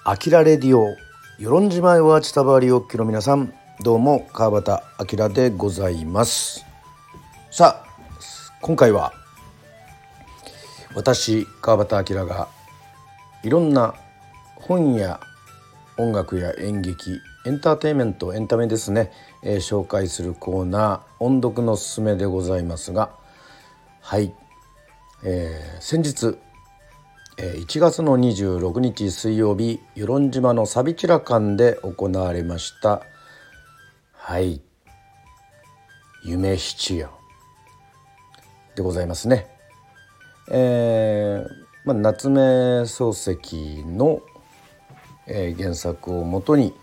アキラレディオ与論島へはちたばりおっきの皆さん、どうも川端明でございます。さあ、今回は私川端明がいろんな本や音楽や演劇、エンターテインメント、エンタメですね、紹介するコーナー音読のすすめでございますが、はい、先日1月の26日水曜日、与論島のサビチラ館で行われました、はい、夢七夜でございますね。夏目漱石の、原作をもとに、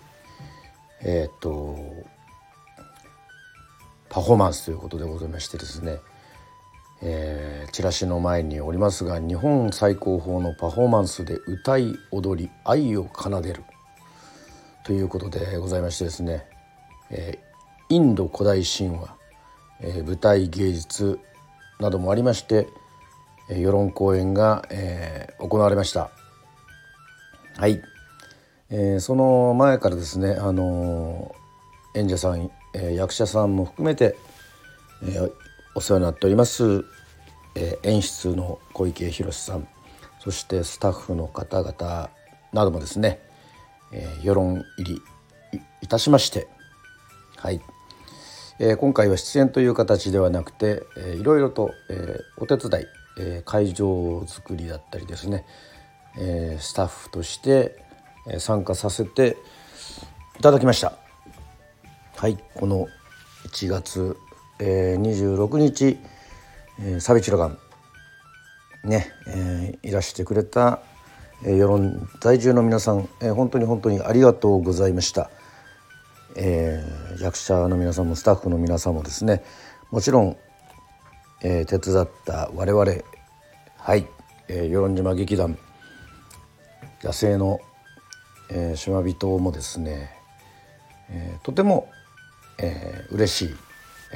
パフォーマンスということでございましてですね、チラシの前におりますが、日本最高峰のパフォーマンスで歌い踊り愛を奏でるということでございましてですね、インド古代神話、舞台芸術などもありまして、世論公演が、行われました。はい、その前からですね、演者さん、役者さんも含めて、お世話になっております、演出の小池宏さん、そしてスタッフの方々などもですね、世論入りいたしまして、はい、今回は出演という形ではなくて、いろいろと、お手伝い、会場作りだったりですね、スタッフとして、参加させていただきました。はい、この1月、26日、サビチラ館ね、いらしてくれた、世論在住の皆さん、本当にありがとうございました。役者の皆さんもスタッフの皆さんもですね、もちろん、手伝った我々、はい、与論島劇団野生の、島人もですね、とても、嬉しい、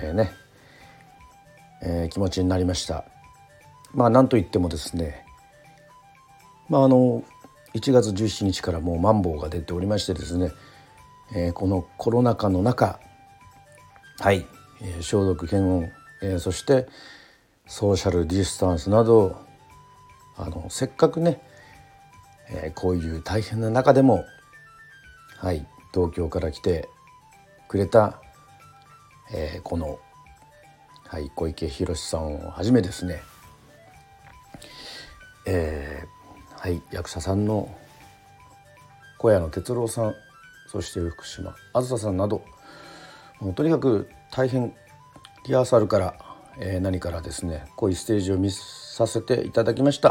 気持ちになりました。なんといってもですね、1月17日からもうマンボウが出ておりましてですね、このコロナ禍の中、はい、消毒検温、そしてソーシャルディスタンスなど、せっかくね、こういう大変な中でも、はい、東京から来てくれた、この、はい、小池宏さんをはじめですね、はい、役者さんの小谷野哲郎さん、そして福島あずささんなど、もうとにかく大変リハーサルから、何からですね、濃いステージを見させていただきました。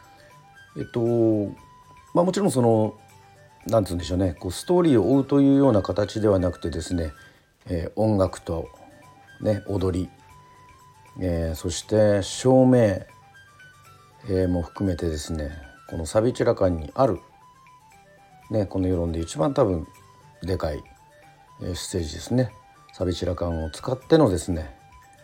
もちろんそのなんて言うんでしょうね、こうストーリーを追うというような形ではなくてですね、音楽と、ね、踊り、そして照明、も含めてですね、このサビチラ館にある、ね、この世論で一番多分でかい、ステージですね、サビチラ館を使ってのですね、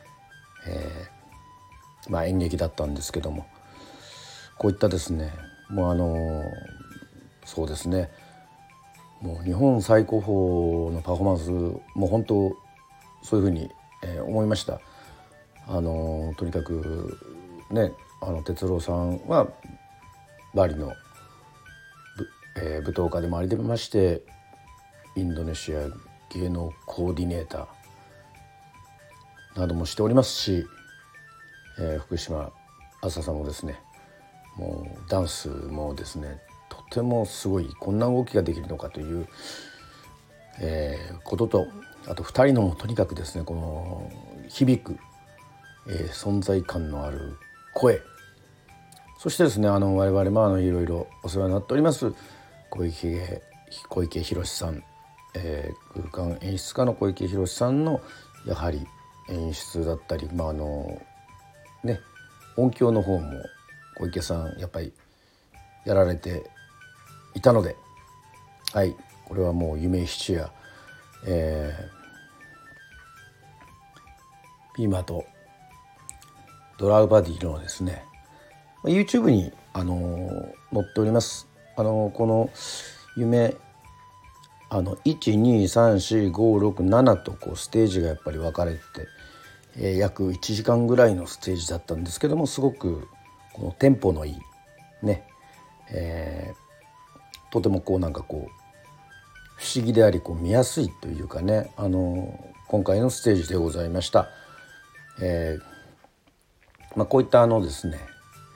演劇だったんですけども、こういったですね、もうそうですね、もう日本最高峰のパフォーマンス、もう本当そういうふうに、思いました。とにかくね、哲郎さんはバリの、舞踏家でもありまして、インドネシア芸能コーディネーターなどもしておりますし、福島あささんもですね、もうダンスもですね、とてもすごい、こんな動きができるのかという、ことと、あと2人のもとにかくですね、この響く、存在感のある声、そしてですね、我々もいろいろお世話になっております小池宏さん、空間演出家の小池宏さんのやはり演出だったり、音響の方も小池さんやっぱりやられていたので、はい、これはもう夢七夜、ピーマとドラウバディのですね、YouTube に載っております。この夢1234567とこうステージがやっぱり分かれて、約1時間ぐらいのステージだったんですけども、すごくこのテンポのいいね、とてもこうなんかこう不思議でありこう見やすいというかね、今回のステージでございました。こういったですね、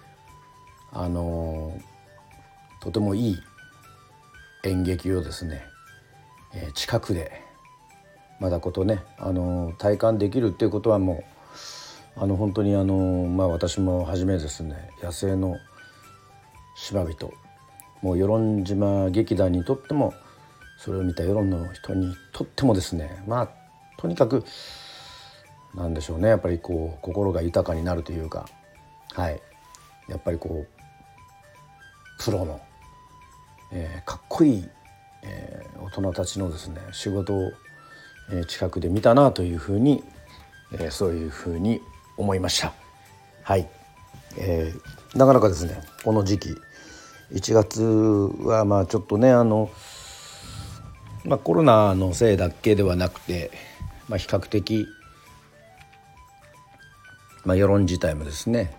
とてもいい演劇をですね、近くでまだことね、体感できるっていうことはもう本当に私もはじめですね、野生の島人、もう与論島劇団にとっても、それを見た世論の人にとってもですね、とにかくなんでしょうね、やっぱりこう心が豊かになるというか、やっぱりこうプロの、かっこいい、大人たちのですね仕事を、近くで見たなというふうに、そういうふうに思いました。なかなかですね、この時期1月はちょっとねコロナのせいだけではなくて、比較的、世論自体もですね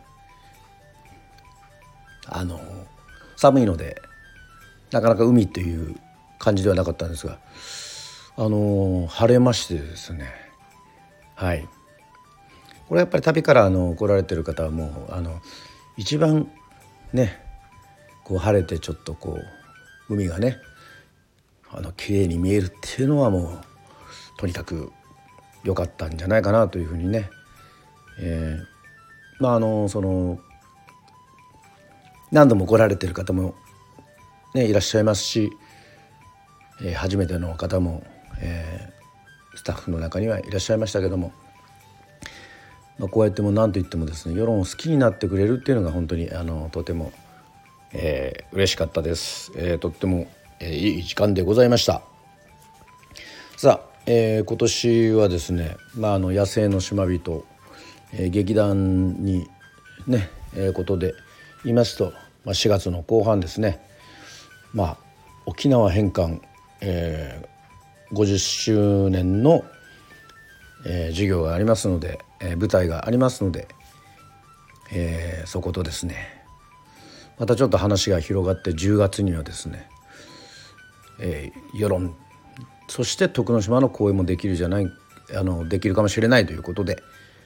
寒いのでなかなか海という感じではなかったんですが、晴れましてですね、これはやっぱり旅から来られてる方はもう一番ねこう晴れてちょっとこう海がね綺麗に見えるっていうのはもうとにかく良かったんじゃないかなというふうにね、その何度も来られてる方も、いらっしゃいますし、初めての方も、スタッフの中にはいらっしゃいましたけども、こうやっても何と言ってもですね、世論を好きになってくれるっていうのが本当にとても、嬉しかったです。とっても、いい時間でございました。さあ、今年はですね、野生の島人、劇団にね、ことで言いますと、4月の後半ですね、沖縄返還、50周年の、授業がありますので、舞台がありますので、そことですねまたちょっと話が広がって10月にはですね、世論そして徳之島の公演もできるできるかもしれないということで、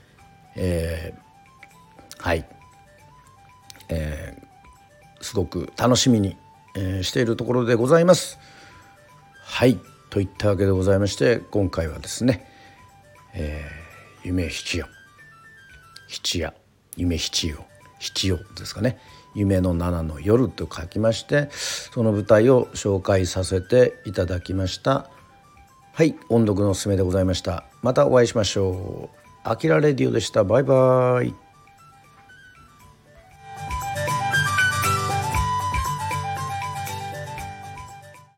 すごく楽しみに、しているところでございます。といったわけでございまして、今回はですね、夢七夜夢七夜ですかね、夢の7の夜と書きまして、その舞台を紹介させていただきました。音読のおすすめでございました。またお会いしましょう。あきらレディオでした。バイバイ。